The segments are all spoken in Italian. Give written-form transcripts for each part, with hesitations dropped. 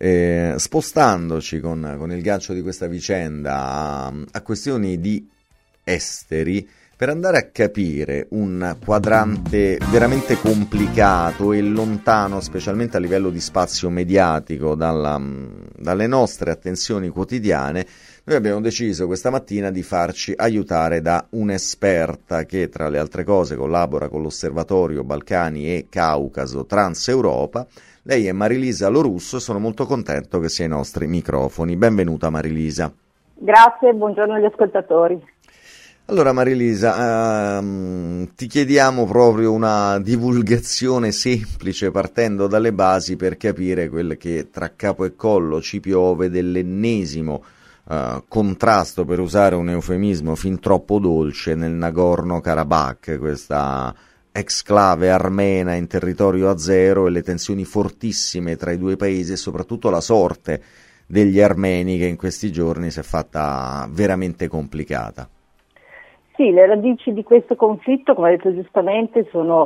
spostandoci con il gancio di questa vicenda a questioni di esteri, per andare a capire un quadrante veramente complicato e lontano, specialmente a livello di spazio mediatico, dalle nostre attenzioni quotidiane. Noi abbiamo deciso questa mattina di farci aiutare da un'esperta che, tra le altre cose, collabora con l'Osservatorio Balcani e Caucaso Transeuropa. Lei è Marilisa Lorusso e sono molto contento che sia ai nostri microfoni. Benvenuta Marilisa. Grazie, buongiorno agli ascoltatori. Allora Marilisa, ti chiediamo proprio una divulgazione semplice partendo dalle basi per capire quel che tra capo e collo ci piove dell'ennesimo contrasto, per usare un eufemismo fin troppo dolce, nel Nagorno-Karabakh, questa exclave armena in territorio azero, e le tensioni fortissime tra i due paesi e soprattutto la sorte degli armeni, che in questi giorni si è fatta veramente complicata. Sì, le radici di questo conflitto, come ha detto giustamente, vanno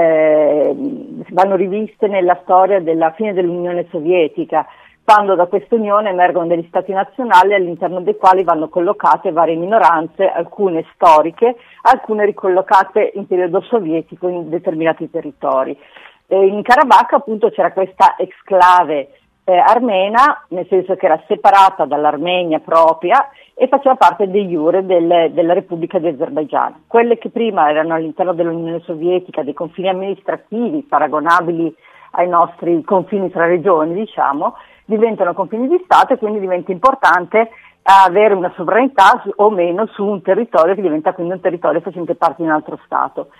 riviste nella storia della fine dell'Unione Sovietica, quando da questa unione emergono degli stati nazionali all'interno dei quali vanno collocate varie minoranze, alcune storiche, alcune ricollocate in periodo sovietico in determinati territori. In Karabakh appunto c'era questa exclave armena, nel senso che era separata dall'Armenia propria e faceva parte de jure della Repubblica di Azerbaigian. Quelle che prima erano all'interno dell'Unione Sovietica, dei confini amministrativi paragonabili ai nostri confini tra regioni, diciamo, diventano confini di Stato, e quindi diventa importante avere una sovranità o meno su un territorio che diventa quindi un territorio facente parte di un altro Stato.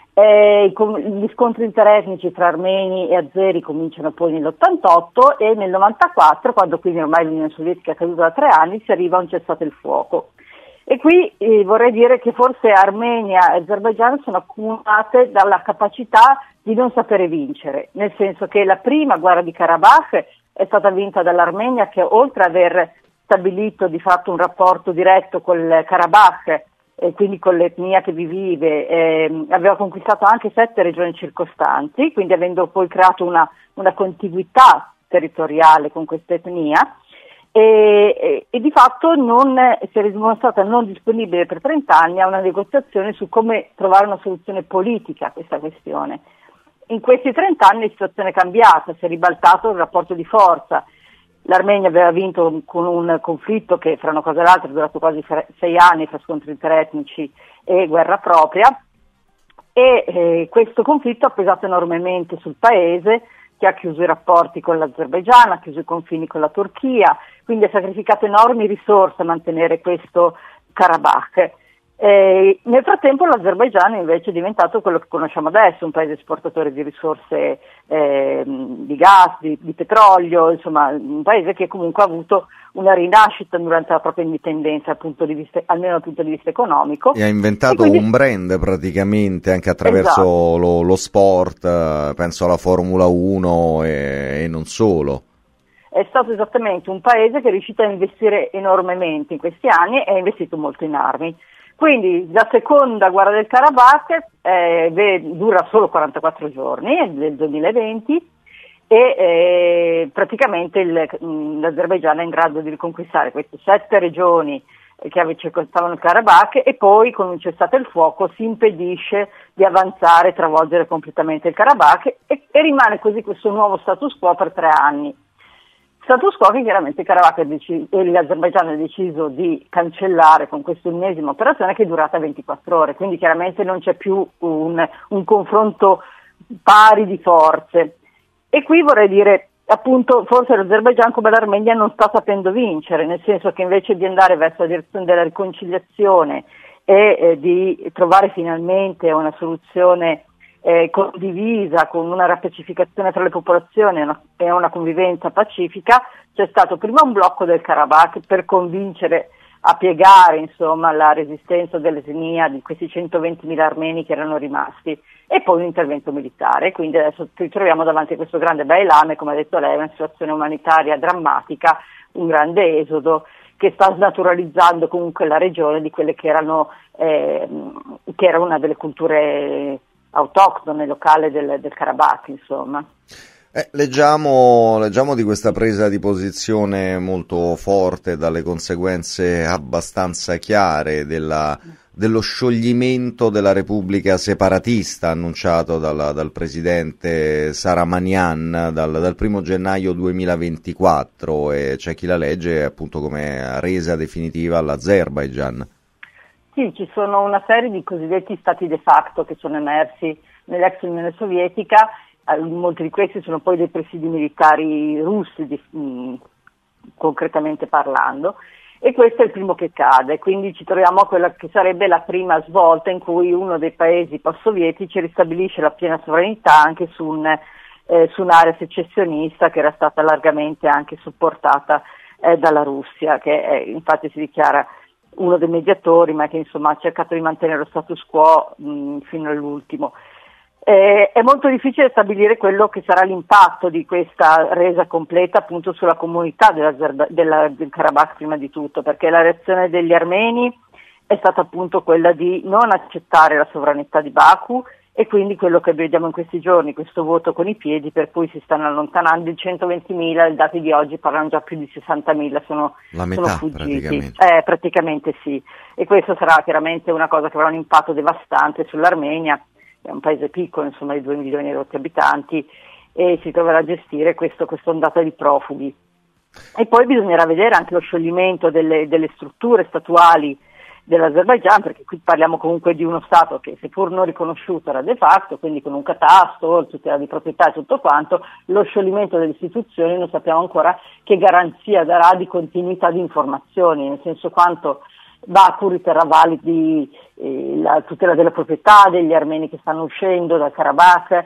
Gli scontri interetnici tra armeni e azeri cominciano poi nell'88 e nel 94, quando quindi ormai l'Unione Sovietica è caduta da 3 anni, si arriva a un cessate il fuoco. E qui vorrei dire che forse Armenia e Azerbaigian sono accumulate dalla capacità di non sapere vincere, nel senso che la prima guerra di Karabakh è stata vinta dall'Armenia, che oltre ad aver stabilito di fatto un rapporto diretto col Karabakh, e quindi con l'etnia che vi vive, aveva conquistato anche 7 regioni circostanti, quindi avendo poi creato una contiguità territoriale con questa etnia, e di fatto si è dimostrata non disponibile per 30 anni a una negoziazione su come trovare una soluzione politica a questa questione. In questi 30 anni la situazione è cambiata, si è ribaltato il rapporto di forza. L'Armenia aveva vinto con un conflitto che, fra una cosa e l'altra, è durato quasi 6 anni, fra scontri interetnici e guerra propria, e questo conflitto ha pesato enormemente sul paese, che ha chiuso i rapporti con l'Azerbaigian, ha chiuso i confini con la Turchia, quindi ha sacrificato enormi risorse a mantenere questo Karabakh. Nel frattempo l'Azerbaigian invece è diventato quello che conosciamo adesso, un paese esportatore di risorse di gas, di petrolio, insomma un paese che comunque ha avuto una rinascita durante la propria indipendenza almeno dal punto di vista economico. E ha inventato quindi un brand praticamente anche attraverso esatto. lo sport, penso alla Formula 1 e non solo. È stato esattamente un paese che è riuscito a investire enormemente in questi anni e ha investito molto in armi. Quindi la seconda guerra del Karabakh dura solo 44 giorni, è del 2020, e praticamente l'Azerbaigian è in grado di riconquistare queste 7 regioni che circostavano il Karabakh, e poi con un cessate il fuoco si impedisce di avanzare e travolgere completamente il Karabakh, e rimane così questo nuovo status quo per 3 anni. Status quo che chiaramente l'Azerbaigian ha deciso di cancellare con questa ennesima operazione, che è durata 24 ore, quindi chiaramente non c'è più un confronto pari di forze. E qui vorrei dire, appunto, forse l'Azerbaigian come l'Armenia non sta sapendo vincere, nel senso che invece di andare verso la direzione della riconciliazione e di trovare finalmente una soluzione condivisa, con una riappacificazione tra le popolazioni e una convivenza pacifica, c'è stato prima un blocco del Karabakh per convincere a piegare insomma la resistenza dell'etnia di questi 120.000 armeni che erano rimasti, e poi un intervento militare. Quindi adesso ci troviamo davanti a questo grande bailam, come ha detto lei, una situazione umanitaria drammatica, un grande esodo che sta snaturalizzando comunque la regione di quelle che erano che era una delle culture autoctone locale del Karabakh, insomma. Leggiamo di questa presa di posizione molto forte, dalle conseguenze abbastanza chiare dello scioglimento della Repubblica separatista annunciato dal presidente Saramanian dal 1° gennaio 2024, e c'è chi la legge appunto come resa definitiva all'Azerbaigian. Sì, ci sono una serie di cosiddetti stati de facto che sono emersi nell'ex Unione Sovietica. Molti di questi sono poi dei presidi militari russi, concretamente parlando, e questo è il primo che cade, quindi ci troviamo a quella che sarebbe la prima svolta in cui uno dei paesi post-sovietici ristabilisce la piena sovranità anche su un'area secessionista che era stata largamente anche supportata dalla Russia, che infatti si dichiara uno dei mediatori, ma che insomma ha cercato di mantenere lo status quo fino all'ultimo. È molto difficile stabilire quello che sarà l'impatto di questa resa completa appunto sulla comunità del Karabakh prima di tutto, perché la reazione degli armeni è stata appunto quella di non accettare la sovranità di Baku, e quindi quello che vediamo in questi giorni, questo voto con i piedi per cui si stanno allontanando. I 120.000, i dati di oggi parlano già più di 60.000, sono fuggiti. Praticamente sì, e questo sarà chiaramente una cosa che avrà un impatto devastante sull'Armenia. È un paese piccolo, insomma, di 2 milioni e rotti abitanti, e si troverà a gestire questa ondata di profughi. E poi bisognerà vedere anche lo scioglimento delle strutture statuali dell'Azerbaigian, perché qui parliamo comunque di uno Stato che, seppur non riconosciuto, era de facto, quindi con un catasto, tutela di proprietà e tutto quanto. Lo scioglimento delle istituzioni non sappiamo ancora che garanzia darà di continuità di informazioni, nel senso quanto Baku riterrà validi la tutela della proprietà degli armeni che stanno uscendo dal Karabakh.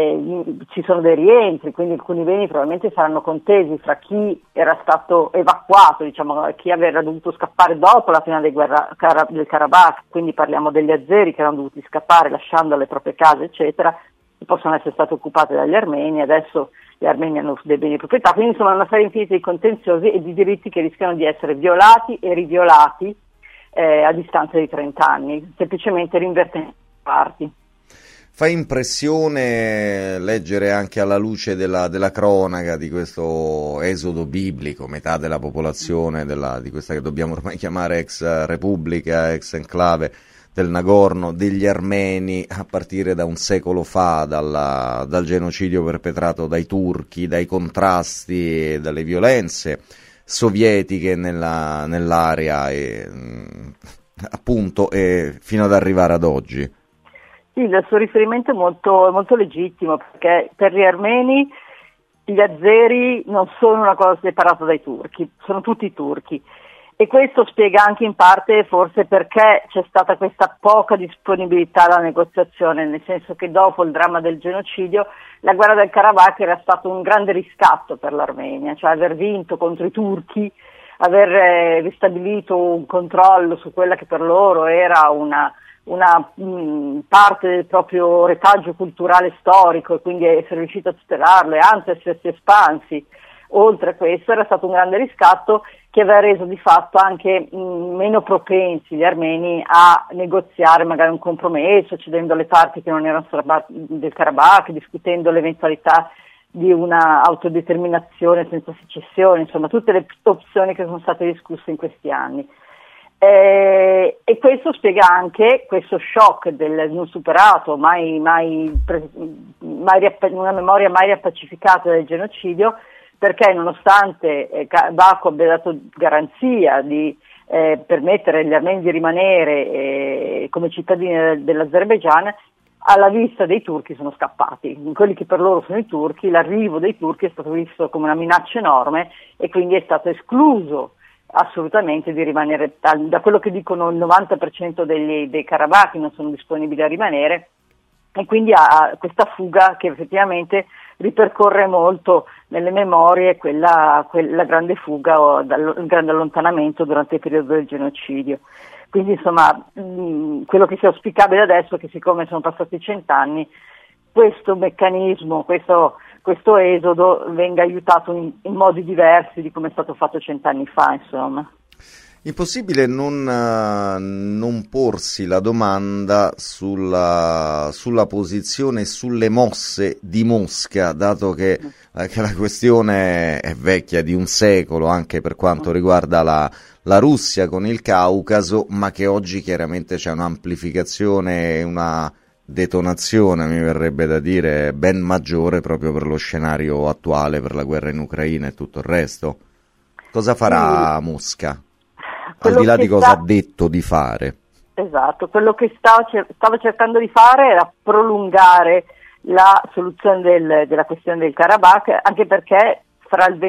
Ci sono dei rientri, quindi alcuni beni probabilmente saranno contesi fra chi era stato evacuato, diciamo, chi aveva dovuto scappare dopo la fine del Karabakh, quindi parliamo degli azeri che erano dovuti scappare lasciando le proprie case eccetera, che possono essere state occupate dagli armeni. Adesso gli armeni hanno dei beni di proprietà, quindi insomma una serie infinita di contenziosi e di diritti che rischiano di essere violati e riviolati a distanza di 30 anni, semplicemente rinvertendo parti. Fa impressione leggere, anche alla luce della cronaca, di questo esodo biblico, metà della popolazione di questa che dobbiamo ormai chiamare ex repubblica, ex enclave del Nagorno, degli armeni, a partire da un secolo fa, dal genocidio perpetrato dai turchi, dai contrasti e dalle violenze sovietiche nell'area, e appunto fino ad arrivare ad oggi. Sì, il suo riferimento è molto legittimo, perché per gli armeni gli azeri non sono una cosa separata dai turchi, sono tutti turchi, e questo spiega anche in parte forse perché c'è stata questa poca disponibilità alla negoziazione, nel senso che dopo il dramma del genocidio la guerra del Karabakh era stato un grande riscatto per l'Armenia, cioè aver vinto contro i turchi, aver ristabilito un controllo su quella che per loro era una parte del proprio retaggio culturale storico, e quindi essere riuscito a tutelarlo e anzi essersi espansi. Oltre a questo era stato un grande riscatto che aveva reso di fatto anche meno propensi gli armeni a negoziare magari un compromesso, cedendo le parti che non erano del Karabakh, discutendo l'eventualità di una autodeterminazione senza secessione, insomma tutte le opzioni che sono state discusse in questi anni. E questo spiega anche questo shock del non superato, una memoria mai riappacificata del genocidio, perché nonostante Baku abbia dato garanzia di permettere agli armeni di rimanere come cittadini dell'Azerbaigian, alla vista dei turchi sono scappati. Quelli che per loro sono i turchi, l'arrivo dei turchi è stato visto come una minaccia enorme, e quindi è stato escluso assolutamente di rimanere. Da quello che dicono, il 90% dei karabakhi non sono disponibili a rimanere, e quindi ha questa fuga che effettivamente ripercorre molto nelle memorie, la grande fuga o il grande allontanamento durante il periodo del genocidio. Quindi insomma quello che sia auspicabile adesso è che, siccome sono passati 100 anni, questo meccanismo, questo esodo venga aiutato in modi diversi di come è stato fatto 100 anni fa, insomma. Impossibile non porsi la domanda sulla posizione e sulle mosse di Mosca, dato che la questione è vecchia di un secolo anche per quanto riguarda la Russia con il Caucaso, ma che oggi chiaramente c'è un'amplificazione e una detonazione, mi verrebbe da dire, ben maggiore proprio per lo scenario attuale, per la guerra in Ucraina e tutto il resto. Cosa farà Mosca? Al di là di cosa ha detto di fare. Esatto, quello che stava cercando di fare era prolungare la soluzione della questione del Karabakh, anche perché fra il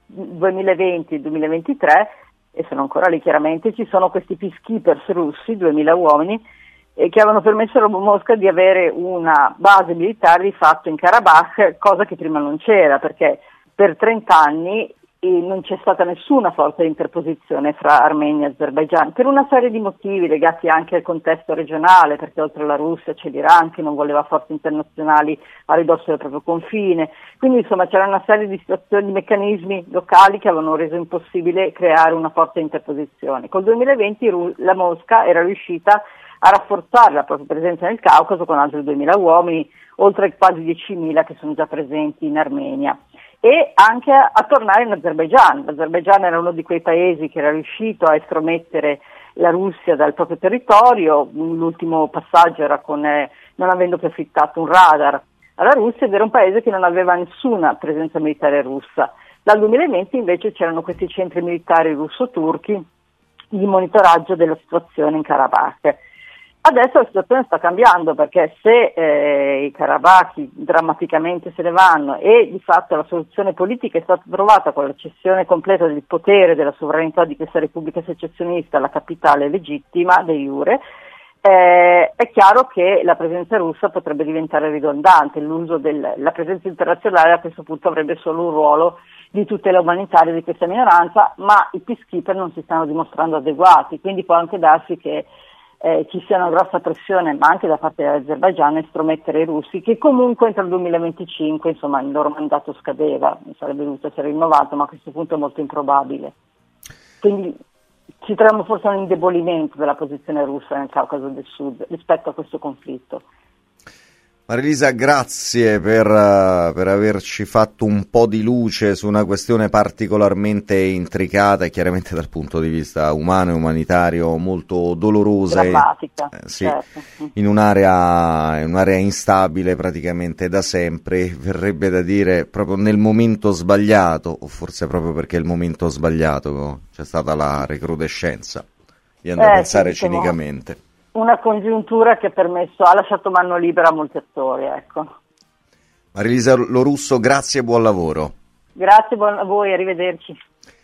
2020 e il 2023, e sono ancora lì chiaramente, ci sono questi peacekeepers russi, 2000 uomini, che avevano permesso a Mosca di avere una base militare di fatto in Karabakh, cosa che prima non c'era, perché per 30 anni non c'è stata nessuna forza di interposizione fra Armenia e Azerbaigian, per una serie di motivi legati anche al contesto regionale, perché oltre alla Russia c'è l'Iran che non voleva forze internazionali a ridosso del proprio confine, quindi insomma c'era una serie di situazioni, di meccanismi locali che avevano reso impossibile creare una forza di interposizione. Col 2020 la Mosca era riuscita a rafforzare la propria presenza nel Caucaso con altri 2000 uomini, oltre ai quasi 10.000 che sono già presenti in Armenia, e anche a tornare in Azerbaigian. L'Azerbaigian era uno di quei paesi che era riuscito a estromettere la Russia dal proprio territorio, l'ultimo passaggio era non avendo più affittato un radar alla Russia, ed era un paese che non aveva nessuna presenza militare russa. Dal 2020 invece c'erano questi centri militari russo-turchi di monitoraggio della situazione in Karabakh. Adesso la situazione sta cambiando, perché se i karabakhi drammaticamente se ne vanno e di fatto la soluzione politica è stata trovata con la cessione completa del potere della sovranità di questa repubblica secessionista alla capitale legittima de jure, è chiaro che la presenza russa potrebbe diventare ridondante. La presenza internazionale a questo punto avrebbe solo un ruolo di tutela umanitaria di questa minoranza, ma i peacekeeper non si stanno dimostrando adeguati, quindi può anche darsi che ci sia una grossa pressione, ma anche da parte dell'Azerbaigian, a estromettere i russi, che comunque entro il 2025, insomma, il loro mandato scadeva, sarebbe dovuto essere rinnovato, ma a questo punto è molto improbabile. Quindi ci troviamo forse a un indebolimento della posizione russa nel Caucaso del Sud rispetto a questo conflitto. Marilisa, grazie per averci fatto un po' di luce su una questione particolarmente intricata e chiaramente dal punto di vista umano e umanitario molto dolorosa. Drammatica, sì, certo. In un'area instabile praticamente da sempre, verrebbe da dire proprio nel momento sbagliato, o forse proprio perché è il momento sbagliato c'è stata la recrudescenza, viene da pensare sì, cinicamente. Una congiuntura che ha lasciato mano libera a molti attori, ecco. Marilisa Lorusso, grazie e buon lavoro. Grazie a voi, arrivederci.